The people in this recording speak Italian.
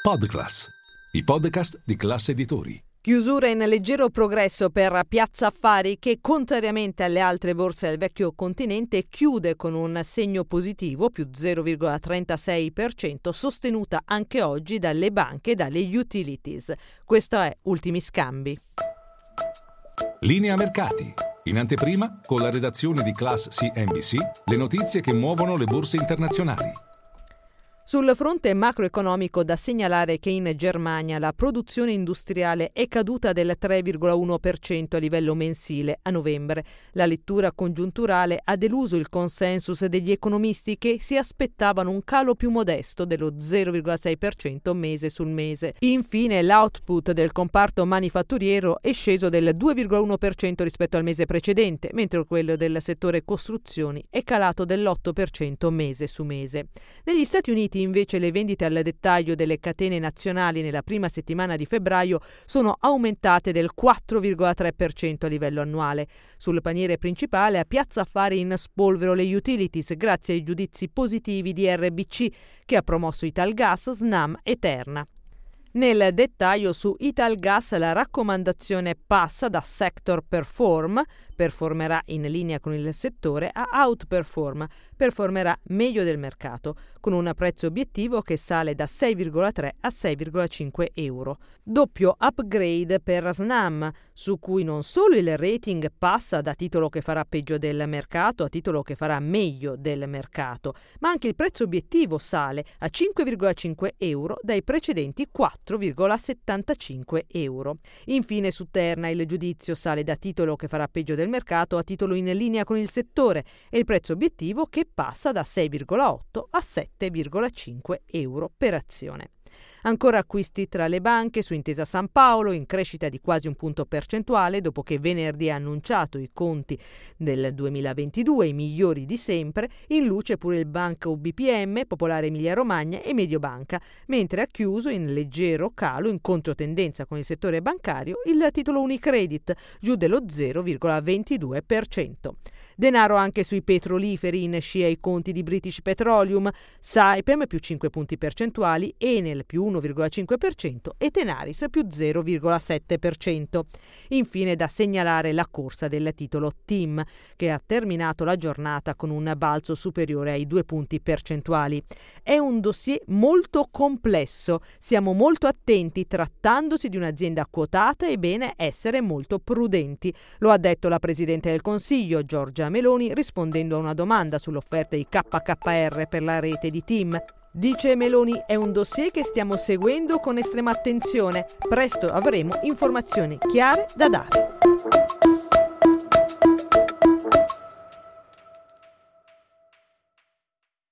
Podclass, i podcast di Class Editori. Chiusura in leggero progresso per Piazza Affari che, contrariamente alle altre borse del vecchio continente, chiude con un segno positivo, più 0,36%, sostenuta anche oggi dalle banche e dalle utilities. Questo è Ultimi Scambi. Linea mercati. In anteprima, con la redazione di Class CNBC, le notizie che muovono le borse internazionali. Sul fronte macroeconomico da segnalare che in Germania la produzione industriale è caduta del 3,1% a livello mensile a novembre. La lettura congiunturale ha deluso il consensus degli economisti che si aspettavano un calo più modesto dello 0,6% mese sul mese. Infine l'output del comparto manifatturiero è sceso del 2,1% rispetto al mese precedente, mentre quello del settore costruzioni è calato dell'8% mese su mese. Negli Stati Uniti invece le vendite al dettaglio delle catene nazionali nella prima settimana di febbraio sono aumentate del 4,3% a livello annuale. Sul paniere principale a Piazza Affari in spolvero le utilities grazie ai giudizi positivi di RBC che ha promosso Italgas, Snam e Terna. Nel dettaglio su Italgas la raccomandazione passa da Sector Perform, performerà in linea con il settore, a Outperform, performerà meglio del mercato, con un prezzo obiettivo che sale da 6,3 a 6,5 euro. Doppio upgrade per Snam, su cui non solo il rating passa da titolo che farà peggio del mercato a titolo che farà meglio del mercato, ma anche il prezzo obiettivo sale a 5,5 euro dai precedenti 4,75 euro. Infine su Terna il giudizio sale da titolo che farà peggio del mercato a titolo in linea con il settore e il prezzo obiettivo che passa da 6,8 a 7,5 euro per azione. Ancora acquisti tra le banche su Intesa San Paolo in crescita di quasi un punto percentuale dopo che venerdì ha annunciato i conti del 2022, i migliori di sempre, in luce pure il Banco BPM, Popolare Emilia Romagna e Mediobanca, mentre ha chiuso in leggero calo in controtendenza con il settore bancario il titolo Unicredit, giù dello 0,22%. Denaro anche sui petroliferi in scia ai conti di British Petroleum, Saipem più 5 punti percentuali, Enel più 1,5% e Tenaris più 0,7%. Infine da segnalare la corsa del titolo TIM, che ha terminato la giornata con un balzo superiore ai 2 punti percentuali. È un dossier molto complesso, siamo molto attenti trattandosi di un'azienda quotata, è bene essere molto prudenti, lo ha detto la Presidente del Consiglio, Giorgia Meloni, rispondendo a una domanda sull'offerta di KKR per la rete di TIM. Dice Meloni, è un dossier che stiamo seguendo con estrema attenzione. Presto avremo informazioni chiare da dare.